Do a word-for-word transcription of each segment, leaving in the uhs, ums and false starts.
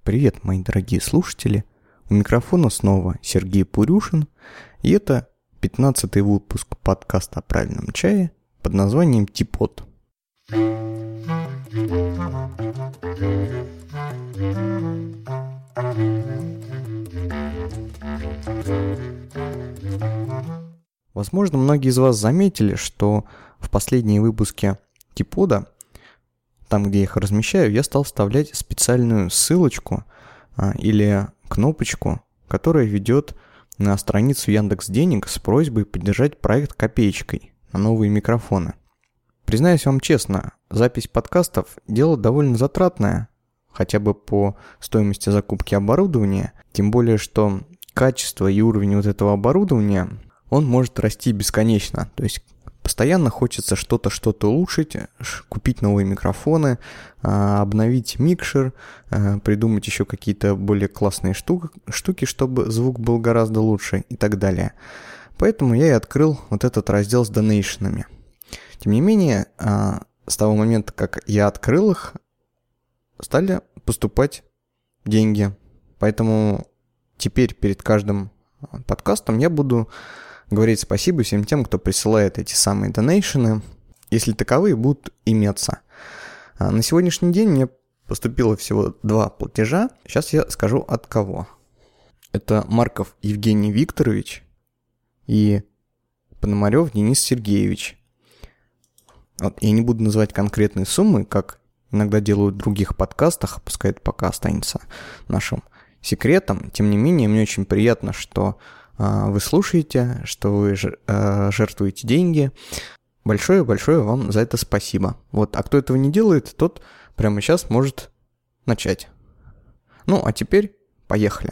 Привет, мои дорогие слушатели. У микрофона снова Сергей Пурюшин, и это пятнадцатый выпуск подкаста о правильном чае под названием «Типот». Возможно, многие из вас заметили, что в последние выпуски Типода, там, где я их размещаю, я стал вставлять специальную ссылочку а, или кнопочку, которая ведет на страницу Яндекс.Денег с просьбой поддержать проект копеечкой на новые микрофоны. Признаюсь вам честно, запись подкастов – дело довольно затратное, хотя бы по стоимости закупки оборудования, тем более, что качество и уровень вот этого оборудования, он может расти бесконечно, то есть постоянно хочется что-то, что-то улучшить, купить новые микрофоны, обновить микшер, придумать еще какие-то более классные штуки, чтобы звук был гораздо лучше и так далее. Поэтому я и открыл вот этот раздел с донейшенами. Тем не менее, с того момента, как я открыл их, стали поступать деньги. Поэтому теперь перед каждым подкастом я буду говорить спасибо всем тем, кто присылает эти самые донейшены, если таковые будут иметься. А на сегодняшний день мне поступило всего два платежа. Сейчас я скажу от кого. Это Марков Евгений Викторович и Пономарев Денис Сергеевич. Вот, я не буду называть конкретные суммы, как иногда делают в других подкастах, пускай это пока останется нашим секретом. Тем не менее, мне очень приятно, что вы слушаете, что вы жертвуете деньги. Большое-большое вам за это спасибо. Вот, а кто этого не делает, тот прямо сейчас может начать. Ну, а теперь поехали.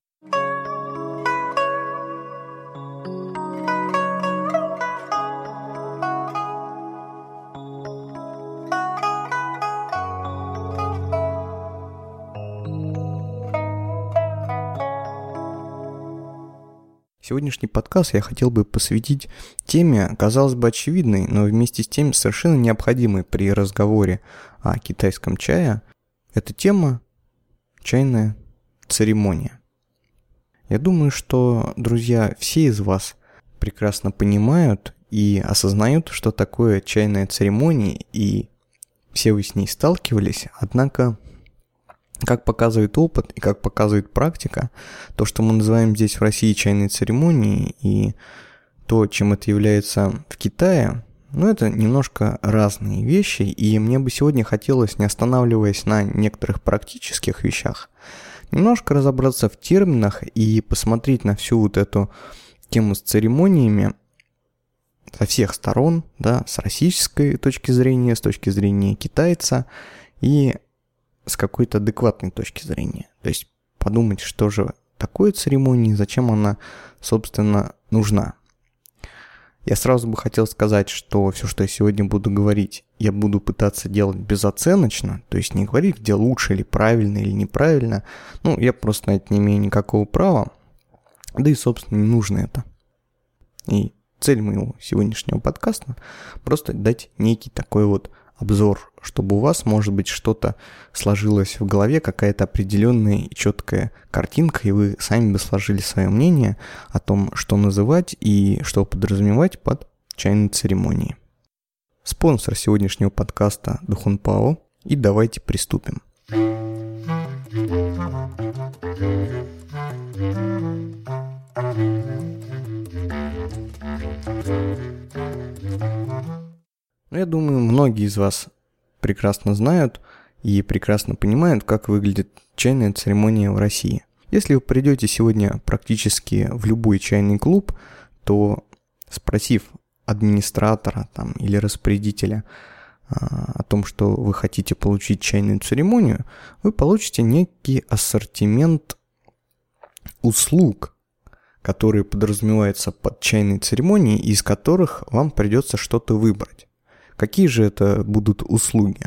Сегодняшний подкаст я хотел бы посвятить теме, казалось бы, очевидной, но вместе с тем совершенно необходимой при разговоре о китайском чае. Это тема чайная церемония. Я думаю, что, друзья, все из вас прекрасно понимают и осознают, что такое чайная церемония, и все вы с ней сталкивались, однако, как показывает опыт и как показывает практика, то, что мы называем здесь в России чайной церемонией, и то, чем это является в Китае, ну, это немножко разные вещи, и мне бы сегодня хотелось, не останавливаясь на некоторых практических вещах, немножко разобраться в терминах и посмотреть на всю вот эту тему с церемониями со всех сторон, да, с российской точки зрения, с точки зрения китайца и с какой-то адекватной точки зрения. То есть подумать, что же такое церемония, зачем она, собственно, нужна. Я сразу бы хотел сказать, что все, что я сегодня буду говорить, я буду пытаться делать безоценочно, то есть не говорить, где лучше или правильно или неправильно. Ну, я просто на это не имею никакого права, да и, собственно, не нужно это. И цель моего сегодняшнего подкаста – просто дать некий такой вот обзор, чтобы у вас, может быть, что-то сложилось в голове, какая-то определенная и четкая картинка, и вы сами бы сложили свое мнение о том, что называть и что подразумевать под чайной церемонией. Спонсор сегодняшнего подкаста Духунпао, и давайте приступим. Я думаю, многие из вас прекрасно знают и прекрасно понимают, как выглядит чайная церемония в России. Если вы придете сегодня практически в любой чайный клуб, то, спросив администратора там, или распорядителя а, о том, что вы хотите получить чайную церемонию, вы получите некий ассортимент услуг, которые подразумеваются под чайной церемонией, из которых вам придется что-то выбрать. Какие же это будут услуги?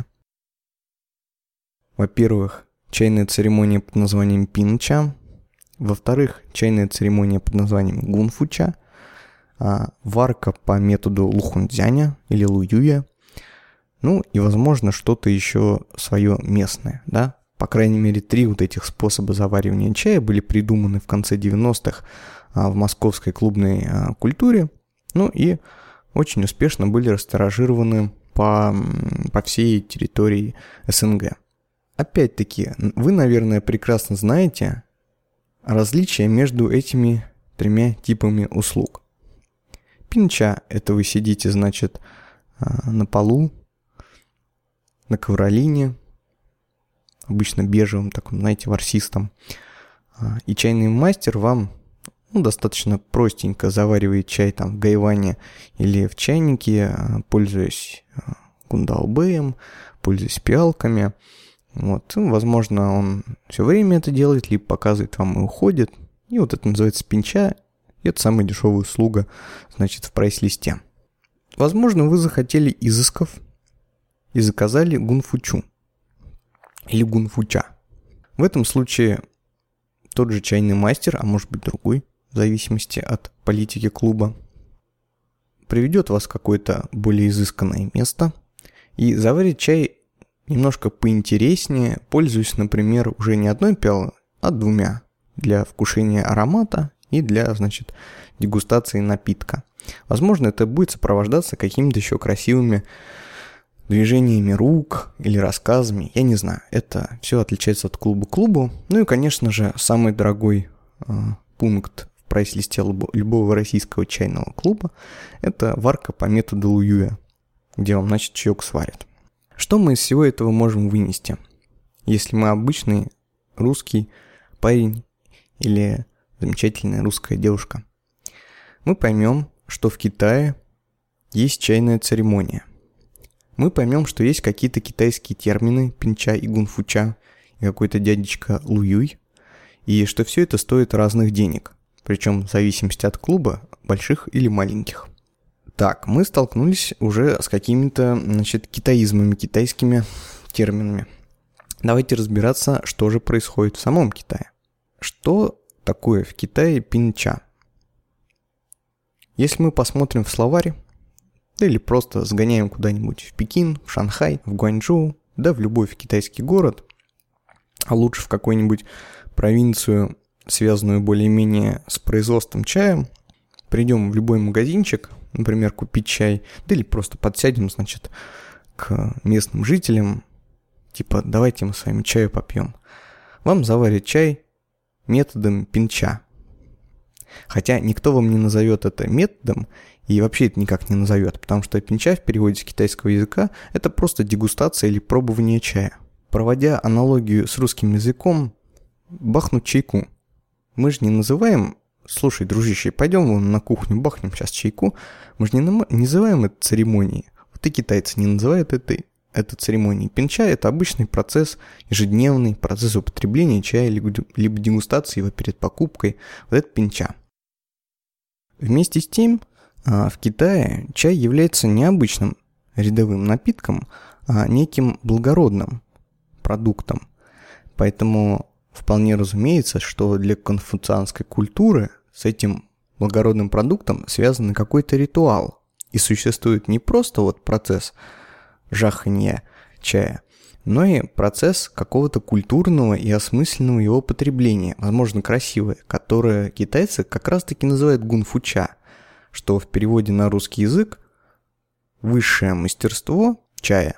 Во-первых, чайная церемония под названием пинча. Во-вторых, чайная церемония под названием гунфуча. А, варка по методу лухунцзяня или луюя. Ну и, возможно, что-то еще свое местное, да? по крайней мере, три вот этих способа заваривания чая были придуманы в конце девяностых в московской клубной культуре, ну и очень успешно были растиражированы по, по всей территории СНГ. Опять-таки, вы, наверное, прекрасно знаете различия между этими тремя типами услуг. Пинча – это вы сидите, значит, на полу, на ковролине, обычно бежевым, таком, знаете, ворсистом. И чайный мастер вам ну, достаточно простенько заваривает чай там в гайване или в чайнике, пользуясь кундаобэем, пользуясь пиалками. Вот. Возможно, он все время это делает, либо показывает вам и уходит. И вот это называется пинча. И это самая дешевая услуга, значит, в прайс-листе. Возможно, вы захотели изысков и заказали гунфучу или гунфуча. В этом случае тот же чайный мастер, а может быть другой, в зависимости от политики клуба, приведет вас в какое-то более изысканное место и заварит чай немножко поинтереснее, пользуясь, например, уже не одной пиалой, а двумя для вкушения аромата и для, значит, дегустации напитка. Возможно, это будет сопровождаться какими-то еще красивыми движениями рук или рассказами, я не знаю. Это все отличается от клуба к клубу. Ну и, конечно же, самый дорогой э, пункт в прайс-листе любого российского чайного клуба – это варка по методу Луюя, где вам, значит, чаек сварят. Что мы из всего этого можем вынести, если мы обычный русский парень или замечательная русская девушка? Мы поймем, что в Китае есть чайная церемония. Мы поймем, что есть какие-то китайские термины пинча и гунфуча, и какой-то дядечка Луюй, и что все это стоит разных денег, причем в зависимости от клуба, больших или маленьких. Так, мы столкнулись уже с какими-то, значит, китаизмами, китайскими терминами. Давайте разбираться, что же происходит в самом Китае. Что такое в Китае пинча? Если мы посмотрим в словарь, да или просто сгоняем куда-нибудь в Пекин, в Шанхай, в Гуанчжоу, да в любой китайский город, а лучше в какую-нибудь провинцию, связанную более-менее с производством чая, придем в любой магазинчик, например, купить чай, да или просто подсядем, значит, к местным жителям, типа, давайте мы с вами чаю попьем. Вам заварят чай методом пинча. Хотя никто вам не назовет это методом, и вообще это никак не назовет, потому что пинча в переводе с китайского языка – это просто дегустация или пробование чая. Проводя аналогию с русским языком, бахнуть чайку. Мы же не называем, слушай, дружище, пойдем вон на кухню, бахнем сейчас чайку. Мы же не, нам... не называем это церемонией. Вот и китайцы не называют это, это церемонией. Пинча – это обычный процесс, ежедневный процесс употребления чая, либо, либо дегустации его перед покупкой. Вот это пинча. Вместе с тем, в Китае чай является необычным рядовым напитком, а неким благородным продуктом. Поэтому вполне разумеется, что для конфуцианской культуры с этим благородным продуктом связан какой-то ритуал. И существует не просто вот процесс жаханья чая, но и процесс какого-то культурного и осмысленного его потребления, возможно, красивое, которое китайцы как раз-таки называют гунфуча, что в переводе на русский язык высшее мастерство чая.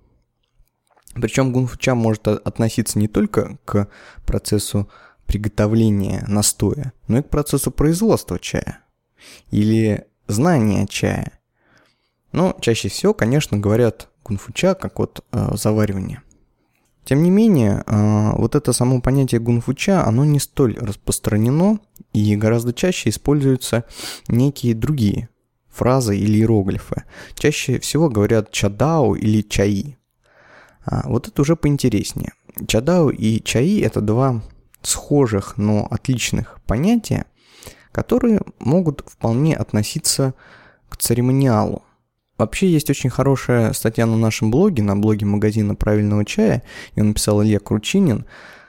Причем гунфуча может относиться не только к процессу приготовления настоя, но и к процессу производства чая или знания чая. Но чаще всего, конечно, говорят гунфуча как вот э, заваривание. Тем не менее, э, вот это само понятие гунфуча, оно не столь распространено, и гораздо чаще используются некие другие фразы или иероглифы. Чаще всего говорят чадао или чаи. А вот это уже поинтереснее. Чадао и чаи – это два схожих, но отличных понятия, которые могут вполне относиться к церемониалу. Вообще есть очень хорошая статья на нашем блоге, на блоге магазина правильного чая. Ее написал Илья Кручинин.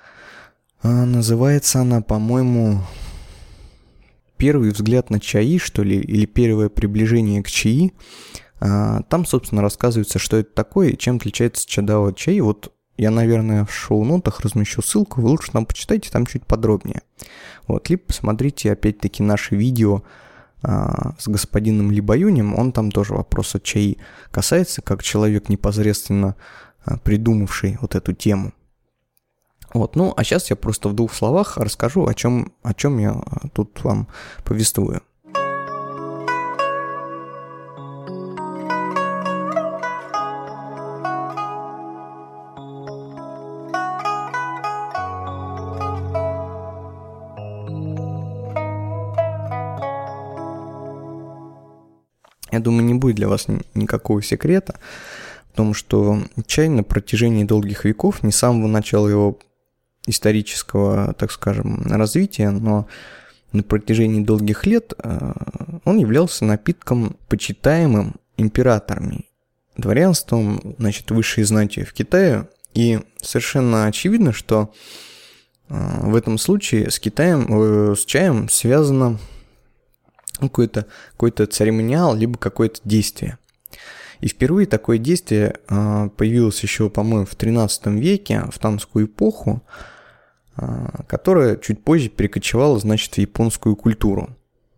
Называется она, по-моему, «Первый взгляд на чаи», что ли, или «Первое приближение к чаи». Там, собственно, рассказывается, что это такое и чем отличается чадао от чаи. Вот я, наверное, в шоу-нотах размещу ссылку, вы лучше там почитайте, там чуть подробнее. Вот, либо посмотрите, опять-таки, наше видео а, с господином Либаюнем, он там тоже вопроса чаи касается, как человек, непосредственно а, придумавший вот эту тему. Вот, ну, а сейчас я просто в двух словах расскажу, о чем, о чем я тут вам повествую. Я думаю, не будет для вас никакого секрета, потому что чай на протяжении долгих веков, не с самого начала его исторического, так скажем, развития, но на протяжении долгих лет он являлся напитком, почитаемым императорами, дворянством, значит, высшей знатью в Китае. И совершенно очевидно, что в этом случае с Китаем, с чаем связано какой-то, какой-то церемониал, либо какое-то действие. И впервые такое действие появилось еще, по-моему, в тринадцатом веке, в Танскую эпоху, которая чуть позже перекочевала, значит, в японскую культуру.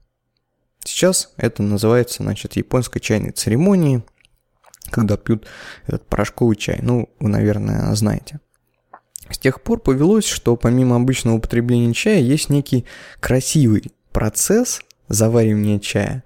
Сейчас это называется, значит, японской чайной церемонией, когда пьют этот порошковый чай. Ну, вы, наверное, знаете. С тех пор повелось, что помимо обычного употребления чая есть некий красивый процесс заваривания чая,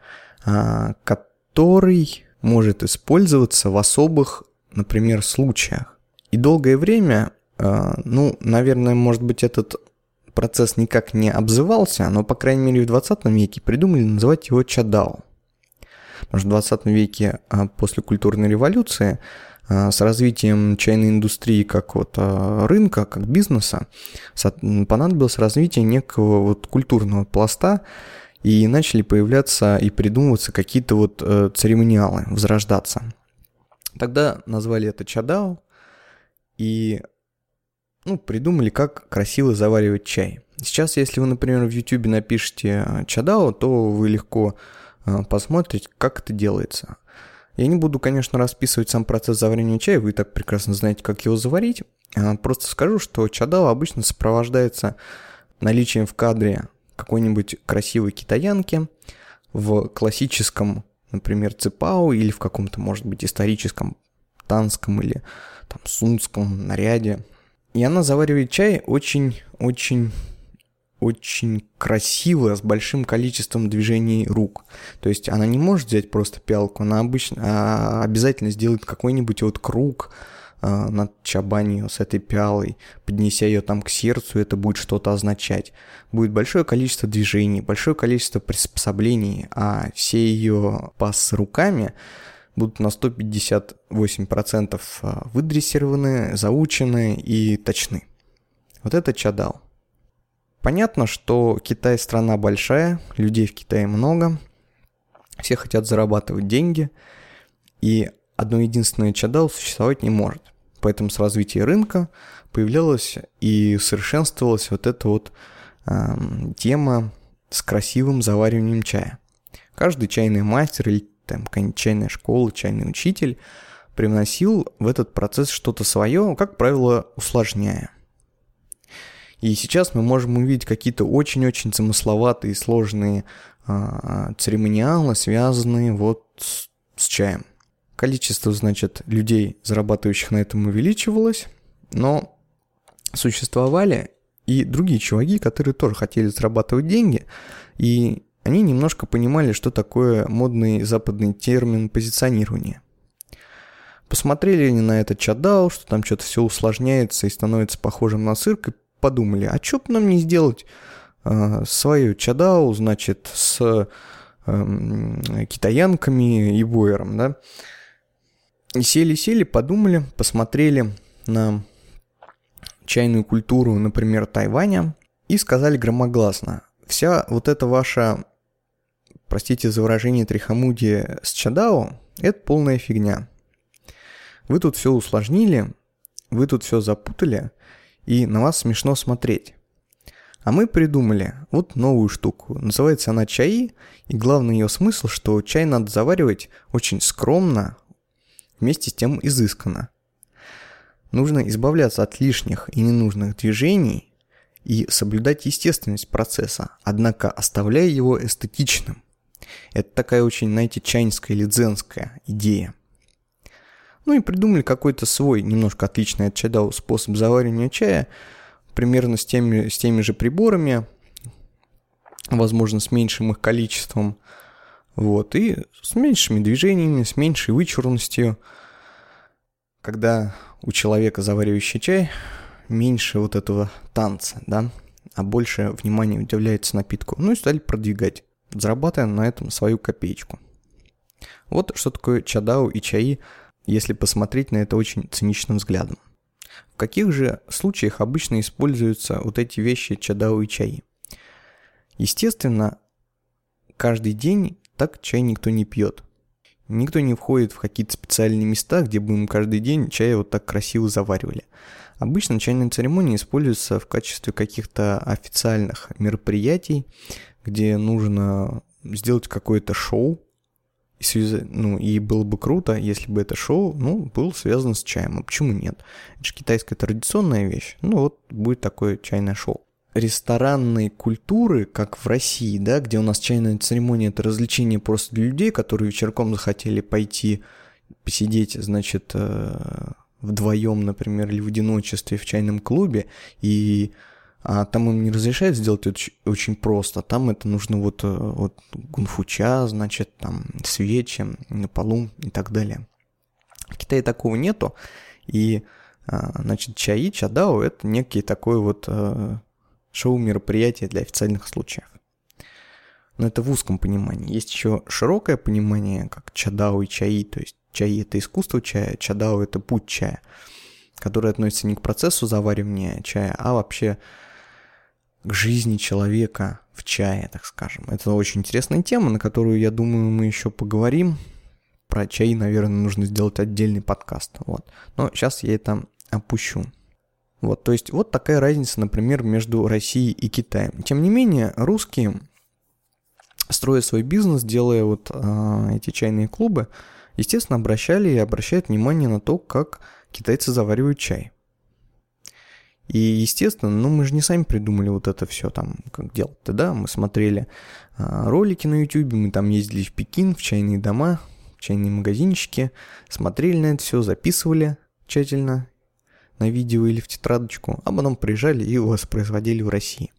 который может использоваться в особых, например, случаях. И долгое время, ну, наверное, может быть, этот процесс никак не обзывался, но, по крайней мере, в двадцатом веке придумали называть его чадао. Потому что в двадцатом веке, после культурной революции, с развитием чайной индустрии как вот рынка, как бизнеса, понадобилось развитие некого вот культурного пласта, и начали появляться и придумываться какие-то вот э, церемониалы, возрождаться. Тогда назвали это чадао и ну, придумали, как красиво заваривать чай. Сейчас, если вы, например, в YouTube напишите чадао, то вы легко э, посмотрите, как это делается. Я не буду, конечно, расписывать сам процесс заваривания чая, вы и так прекрасно знаете, как его заварить. Просто скажу, что чадао обычно сопровождается наличием в кадре какой-нибудь красивой китаянки в классическом, например, ципао или в каком-то, может быть, историческом танском или там сунском наряде. И она заваривает чай очень-очень очень красиво, с большим количеством движений рук. То есть она не может взять просто пиалку, она обычно а обязательно сделает какой-нибудь вот круг а, над чабанью с этой пиалой, поднеся ее там к сердцу, это будет что-то означать. Будет большое количество движений, большое количество приспособлений, а все ее пассы руками будут на сто пятьдесят восемь процентов выдрессированы, заучены и точны. Вот это чадао. Понятно, что Китай страна большая, людей в Китае много, все хотят зарабатывать деньги, и одно единственное чадао существовать не может. Поэтому с развитием рынка появлялась и совершенствовалась вот эта вот э, тема с красивым завариванием чая. Каждый чайный мастер или там какая-нибудь чайная школа, чайный учитель привносил в этот процесс что-то свое, как правило, усложняя. И сейчас мы можем увидеть какие-то очень-очень замысловатые, сложные э, церемониалы, связанные вот с, с чаем. Количество, значит, людей, зарабатывающих на этом, увеличивалось, но существовали и другие чуваки, которые тоже хотели зарабатывать деньги, и они немножко понимали, что такое модный западный термин позиционирование. Посмотрели они на этот чадао, что там что-то все усложняется и становится похожим на цирк, и подумали, а что бы нам не сделать э, свою чадао, значит, с э, китаянками и бойером, да? И сели-сели, подумали, посмотрели на чайную культуру, например, Тайваня, и сказали громогласно, вся вот эта ваша, простите за выражение, трихомудия с чадао, это полная фигня. Вы тут все усложнили, вы тут все запутали, и на вас смешно смотреть. А мы придумали вот новую штуку. Называется она чаи, и главный ее смысл, что чай надо заваривать очень скромно, вместе с тем изысканно. Нужно избавляться от лишних и ненужных движений и соблюдать естественность процесса, однако оставляя его эстетичным. Это такая очень, знаете, чайнская или дзенская идея. Ну и придумали какой-то свой, немножко отличный от чадао способ заваривания чая, примерно с теми, с теми же приборами, возможно, с меньшим их количеством, вот, и с меньшими движениями, с меньшей вычурностью, когда у человека, заваривающего чай, меньше вот этого танца, да, а больше внимания уделяется напитку. Ну и стали продвигать, зарабатывая на этом свою копеечку. Вот что такое чадао и чаи, если посмотреть на это очень циничным взглядом. В каких же случаях обычно используются вот эти вещи чадао и чаи? Естественно, каждый день так чай никто не пьет. Никто не входит в какие-то специальные места, где бы им каждый день чай вот так красиво заваривали. Обычно чайные церемонии используются в качестве каких-то официальных мероприятий, где нужно сделать какое-то шоу. И, связ... ну, и было бы круто, если бы это шоу, ну, было связано с чаем. А почему нет? Это же китайская традиционная вещь. Ну, вот будет такое чайное шоу. Ресторанной культуры, как в России, да, где у нас чайная церемония – это развлечение просто для людей, которые вечерком захотели пойти посидеть, значит, вдвоем, например, или в одиночестве в чайном клубе, и а там им не разрешают сделать это очень просто. Там это нужно вот, вот гунфуча, значит, там свечи на полу и так далее. В Китае такого нету, и, значит, чаи, чадао – это некий такой вот шоу-мероприятие для официальных случаев. Но это в узком понимании. Есть еще широкое понимание, как чадао и чаи, то есть чаи – это искусство чая, чадао – это путь чая, который относится не к процессу заваривания чая, а вообще к жизни человека в чае, так скажем. Это очень интересная тема, на которую, я думаю, мы еще поговорим. Про чаи, наверное, нужно сделать отдельный подкаст. Вот. Но сейчас я это опущу. Вот, то есть вот такая разница, например, между Россией и Китаем. Тем не менее, русские, строя свой бизнес, делая вот э, эти чайные клубы, естественно, обращали и обращают внимание на то, как китайцы заваривают чай. И, естественно, ну мы же не сами придумали вот это все там, как делать-то, да? Мы смотрели э, ролики на YouTube, мы там ездили в Пекин, в чайные дома, в чайные магазинчики, смотрели на это все, записывали тщательно на видео или в тетрадочку, а потом приезжали и воспроизводили в России.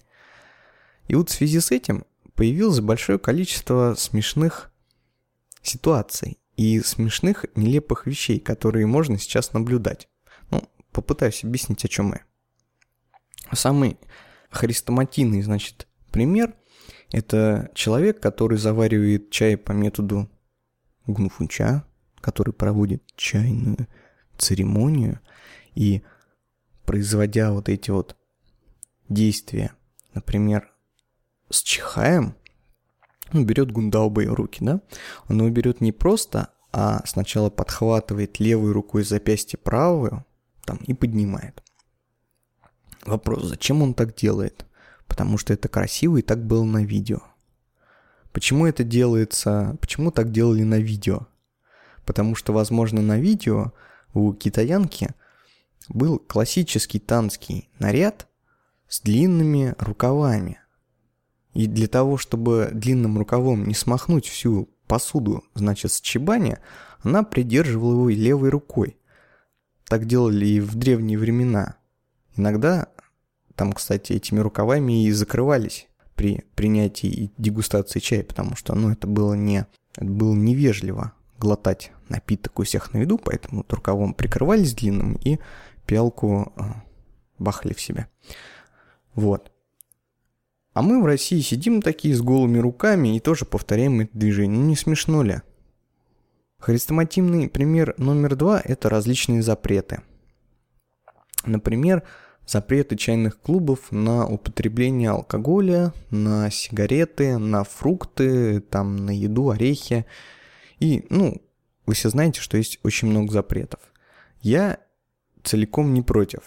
И вот в связи с этим появилось большое количество смешных ситуаций и смешных нелепых вещей, которые можно сейчас наблюдать. Ну, попытаюсь объяснить, о чем я. Самый хрестоматийный, значит, пример – это человек, который заваривает чай по методу гунфуча, который проводит чайную церемонию, и производя вот эти вот действия, например, с чихаем, он берет гундаобэй в руки, да? Он его берет не просто, а сначала подхватывает левой рукой запястье правую там, и поднимает. Вопрос, зачем он так делает? Потому что это красиво и так было на видео. Почему это делается, почему так делали на видео? Потому что, возможно, на видео у китаянки был классический танский наряд с длинными рукавами. И для того, чтобы длинным рукавом не смахнуть всю посуду, значит, с чибани, она придерживала его левой рукой. Так делали и в древние времена. Иногда там, кстати, этими рукавами и закрывались при принятии и дегустации чая, потому что, ну, это было не, это было невежливо глотать напиток у всех на виду, поэтому вот рукавом прикрывались длинным и пиалку э, бахали в себя. Вот. А мы в России сидим такие с голыми руками и тоже повторяем это движение. Ну не смешно ли? Хрестоматийный пример номер два – это различные запреты. Например, запреты чайных клубов на употребление алкоголя, на сигареты, на фрукты, там, на еду, орехи. И, ну, вы все знаете, что есть очень много запретов. Я целиком не против.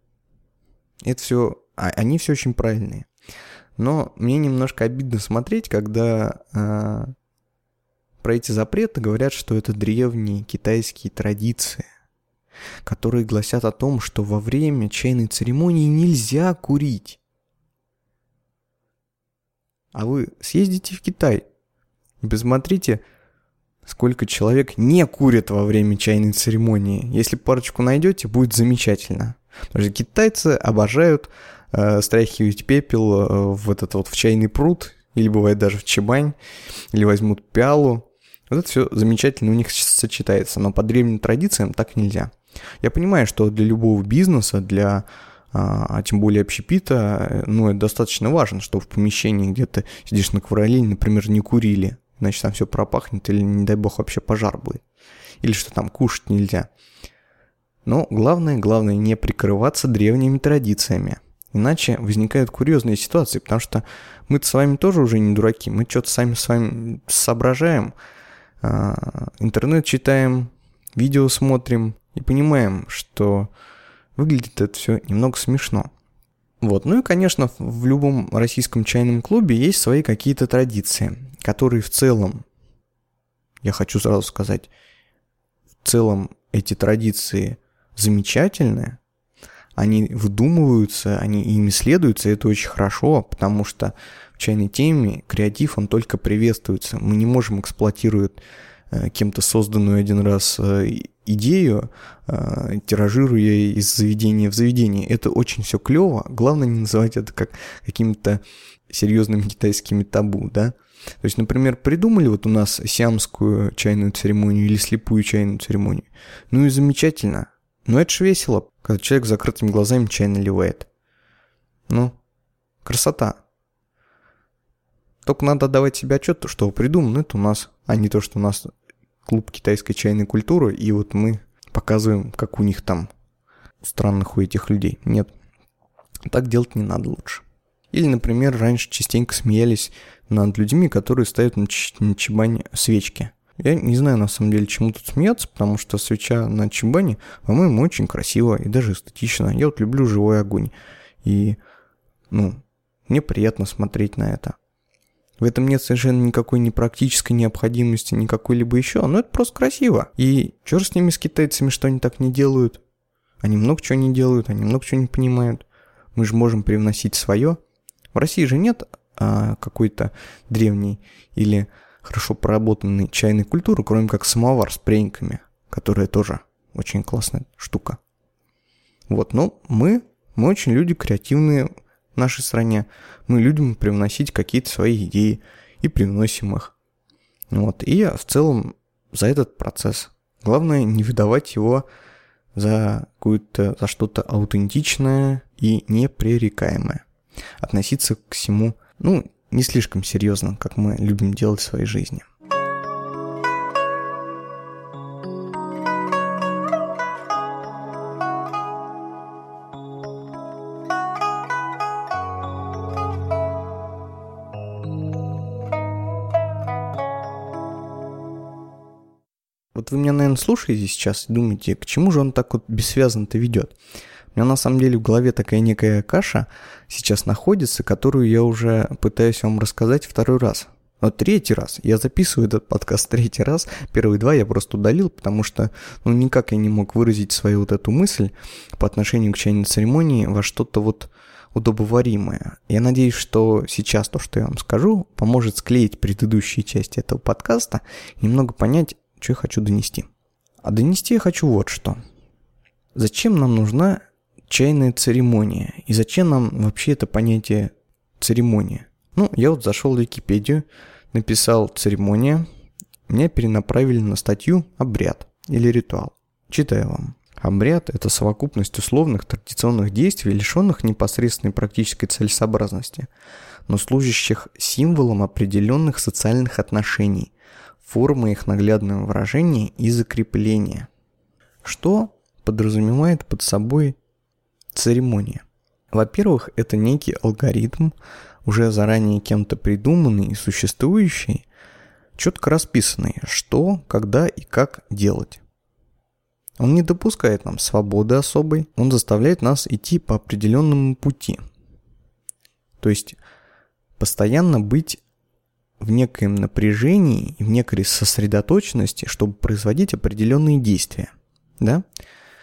Это все, они все очень правильные. Но мне немножко обидно смотреть, когда э, про эти запреты говорят, что это древние китайские традиции. которые гласят о том, что во время чайной церемонии нельзя курить. А вы съездите в Китай и посмотрите, сколько человек не курят во время чайной церемонии. Если парочку найдете, будет замечательно. Потому что китайцы обожают э, стряхивать пепел э, в этот вот в чайный пруд, или бывает даже в чебань, или возьмут пиалу. Вот это все замечательно у них сочетается, но по древним традициям так нельзя. Я понимаю, что для любого бизнеса, для, а тем более общепита, ну, это достаточно важно, чтобы в помещении, где ты сидишь на ковролине, например, не курили, иначе там все пропахнет или, не дай бог, вообще пожар будет. Или что там кушать нельзя. Но главное, главное не прикрываться древними традициями. Иначе возникают курьезные ситуации, потому что мы-то с вами тоже уже не дураки. Мы что-то сами с вами соображаем, интернет читаем, видео смотрим и понимаем, что выглядит это все немного смешно. Вот. Ну и, конечно, в любом российском чайном клубе есть свои какие-то традиции, которые в целом, я хочу сразу сказать, в целом эти традиции замечательные, они выдумываются, они ими следуются, и это очень хорошо, потому что в чайной теме креатив, он только приветствуется. Мы не можем эксплуатировать э, кем-то созданную один раз э, идею, э, тиражируя из заведения в заведение. Это очень все клево. Главное не называть это как какими-то серьезными китайскими табу, да. То есть, например, придумали вот у нас сиамскую чайную церемонию или слепую чайную церемонию. Ну и замечательно. Но это же весело, когда человек с закрытыми глазами чай наливает. Ну, красота. Только надо отдавать себе отчет, что придумано это у нас, а не то, что у нас клуб китайской чайной культуры, и вот мы показываем, как у них там странных у этих людей. Нет, так делать не надо лучше. Или, например, раньше частенько смеялись над людьми, которые ставят на, ч- на чибане свечки. Я не знаю, на самом деле, чему тут смеяться, потому что свеча на чибане, по-моему, очень красиво и даже эстетично. Я вот люблю живой огонь. И, ну, мне приятно смотреть на это. В этом нет совершенно никакой ни практической необходимости, ни какой-либо еще, но это просто красиво. И черт с ними, с китайцами, что они так не делают. Они много чего не делают, они много чего не понимают. Мы же можем привносить свое. В России же нет а, какой-то древней или хорошо проработанной чайной культуры, кроме как самовар с пряниками, которая тоже очень классная штука. Вот, но мы, мы очень люди креативные в нашей стране. Мы любим привносить какие-то свои идеи и привносим их. Вот, и я в целом за этот процесс. Главное не выдавать его за какое-то, за что-то аутентичное и непререкаемое. Относиться к всему, ну, не слишком серьезно, как мы любим делать в своей жизни. Вот вы меня, наверное, слушаете сейчас и думаете, к чему же он так вот бессвязно-то ведет? У меня на самом деле в голове такая некая каша сейчас находится, которую я уже пытаюсь вам рассказать второй раз. Вот третий раз. Я записываю этот подкаст третий раз. Первые два я просто удалил, потому что ну, никак я не мог выразить свою вот эту мысль по отношению к чайной церемонии во что-то вот удобоваримое. Я надеюсь, что сейчас то, что я вам скажу, поможет склеить предыдущие части этого подкаста и немного понять, что я хочу донести. А донести я хочу вот что. Зачем нам нужна чайная церемония? И зачем нам вообще это понятие церемония? Ну, я вот зашел в Википедию, написал церемония, меня перенаправили на статью обряд или ритуал. Читаю вам. Обряд – это совокупность условных традиционных действий, лишенных непосредственной практической целесообразности, но служащих символом определенных социальных отношений, формы их наглядного выражения и закрепления. Что подразумевает под собой церемония? Во-первых, это некий алгоритм, уже заранее кем-то придуманный и существующий, четко расписанный, что, когда и как делать. Он не допускает нам свободы особой, он заставляет нас идти по определенному пути. То есть постоянно быть в некоем напряжении и в некой сосредоточенности, чтобы производить определенные действия. Да?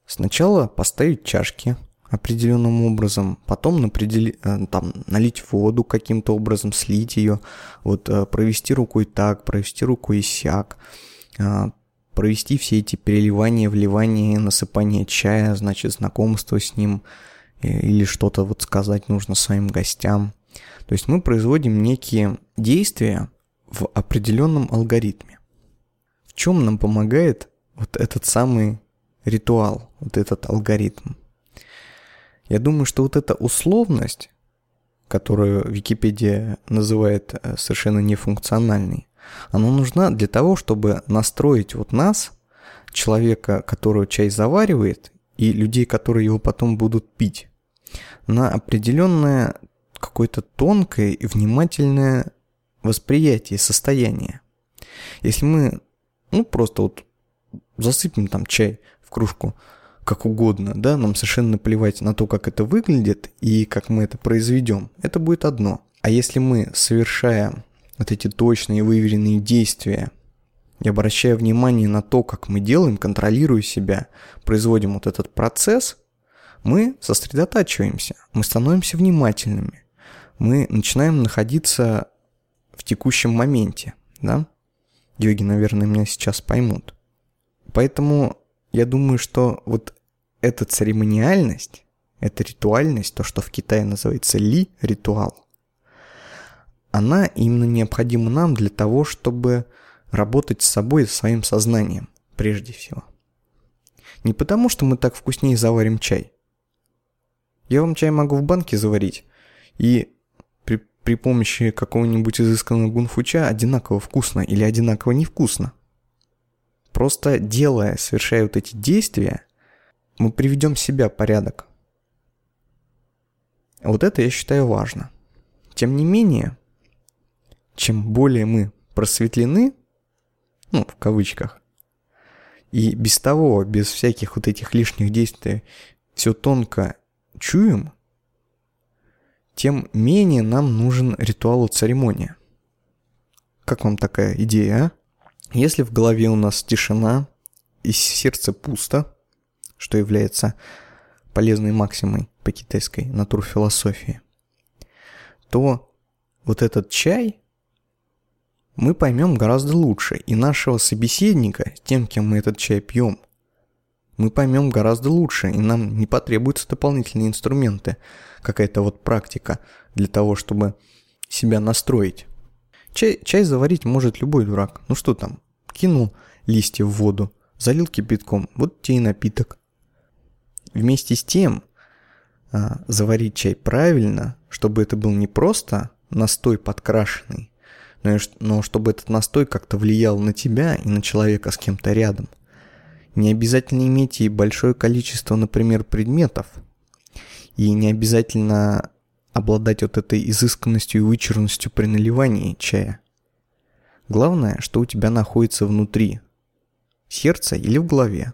Сначала поставить чашки определенным образом, потом напредели, там, налить воду каким-то образом, слить ее, вот, провести рукой так, провести рукой сяк, провести все эти переливания, вливания, насыпания чая, значит, знакомство с ним, или что-то вот сказать нужно своим гостям. То есть мы производим некие действия в определенном алгоритме. В чем нам помогает вот этот самый ритуал, вот этот алгоритм? Я думаю, что вот эта условность, которую Википедия называет совершенно нефункциональной, она нужна для того, чтобы настроить вот нас, человека, который чай заваривает, и людей, которые его потом будут пить, на определенное какое-то тонкое и внимательное восприятие состояния. Если мы, ну, просто вот засыпем там чай в кружку как угодно, да, нам совершенно наплевать на то, как это выглядит и как мы это произведем, это будет одно. А если мы, совершая вот эти точные выверенные действия и обращая внимание на то, как мы делаем, контролируя себя, производим вот этот процесс, мы сосредотачиваемся, мы становимся внимательными, мы начинаем находиться в текущем моменте, да? Йоги, наверное, меня сейчас поймут. Поэтому я думаю, что вот эта церемониальность, эта ритуальность, то, что в Китае называется ли-ритуал, она именно необходима нам для того, чтобы работать с собой и своим сознанием, прежде всего. Не потому, что мы так вкуснее заварим чай. Я вам чай могу в банке заварить, и при, при помощи какого-нибудь изысканного гунфуча одинаково вкусно или одинаково невкусно. Просто делая, совершая вот эти действия, мы приведем себя в порядок. Вот это я считаю важно. Тем не менее, чем более мы просветлены, ну, в кавычках, и без того, без всяких вот этих лишних действий, все тонко чуем, тем менее нам нужен ритуал и церемония. Как вам такая идея, а? Если в голове у нас тишина и сердце пусто, что является полезной максимой по китайской натурфилософии, то вот этот чай мы поймем гораздо лучше, и нашего собеседника, тем, кем мы этот чай пьем, мы поймем гораздо лучше, и нам не потребуются дополнительные инструменты, какая-то вот практика для того, чтобы себя настроить. Чай, чай заварить может любой дурак. Ну что там, кинул листья в воду, залил кипятком, вот тебе и напиток. Вместе с тем, а, заварить чай правильно, чтобы это был не просто настой подкрашенный, но, и, но чтобы этот настой как-то влиял на тебя и на человека с кем-то рядом. Не обязательно иметь и большое количество, например, предметов, и не обязательно обладать вот этой изысканностью и вычурностью при наливании чая. Главное, что у тебя находится внутри, в сердце или в голове.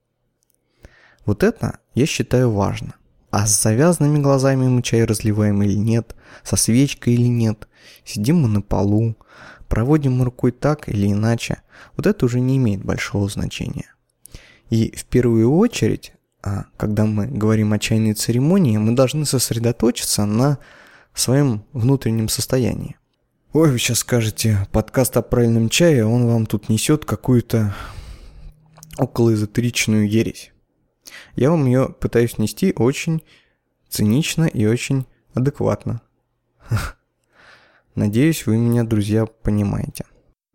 Вот это я считаю важно. А с завязанными глазами мы чай разливаем или нет, со свечкой или нет, сидим мы на полу, проводим мы рукой так или иначе, вот это уже не имеет большого значения. И в первую очередь, когда мы говорим о чайной церемонии, мы должны сосредоточиться на своем внутреннем состоянии. Ой, вы сейчас скажете, подкаст о правильном чае, он вам тут несет какую-то околоэзотеричную ересь. Я вам ее пытаюсь нести очень цинично и очень адекватно. Надеюсь, вы меня, друзья, понимаете.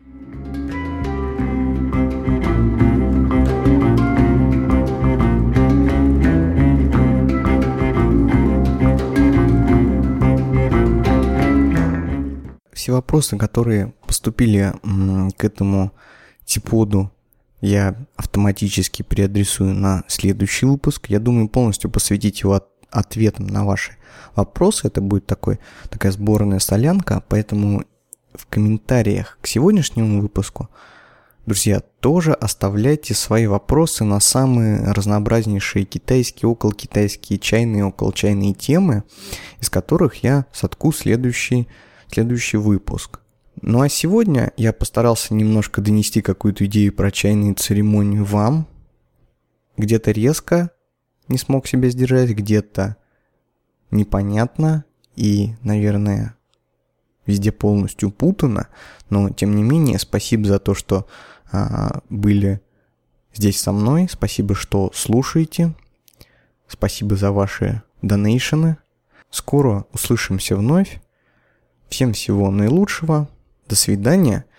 Все вопросы, которые поступили к этому типоду, я автоматически переадресую на следующий выпуск. Я думаю полностью посвятить его от, ответам на ваши вопросы. Это будет такой, такая сборная солянка, поэтому в комментариях к сегодняшнему выпуску, друзья, тоже оставляйте свои вопросы на самые разнообразнейшие китайские, околокитайские, чайные, околочайные темы, из которых я сотку следующий, следующий выпуск. Ну а сегодня я постарался немножко донести какую-то идею про чайные церемонии вам. где-то резко не смог себя сдержать, где-то непонятно и, наверное, везде полностью путано, но тем не менее спасибо за то, что а, были здесь со мной, спасибо, что слушаете, спасибо за ваши донейшены. Скоро услышимся вновь. Всем всего наилучшего, до свидания.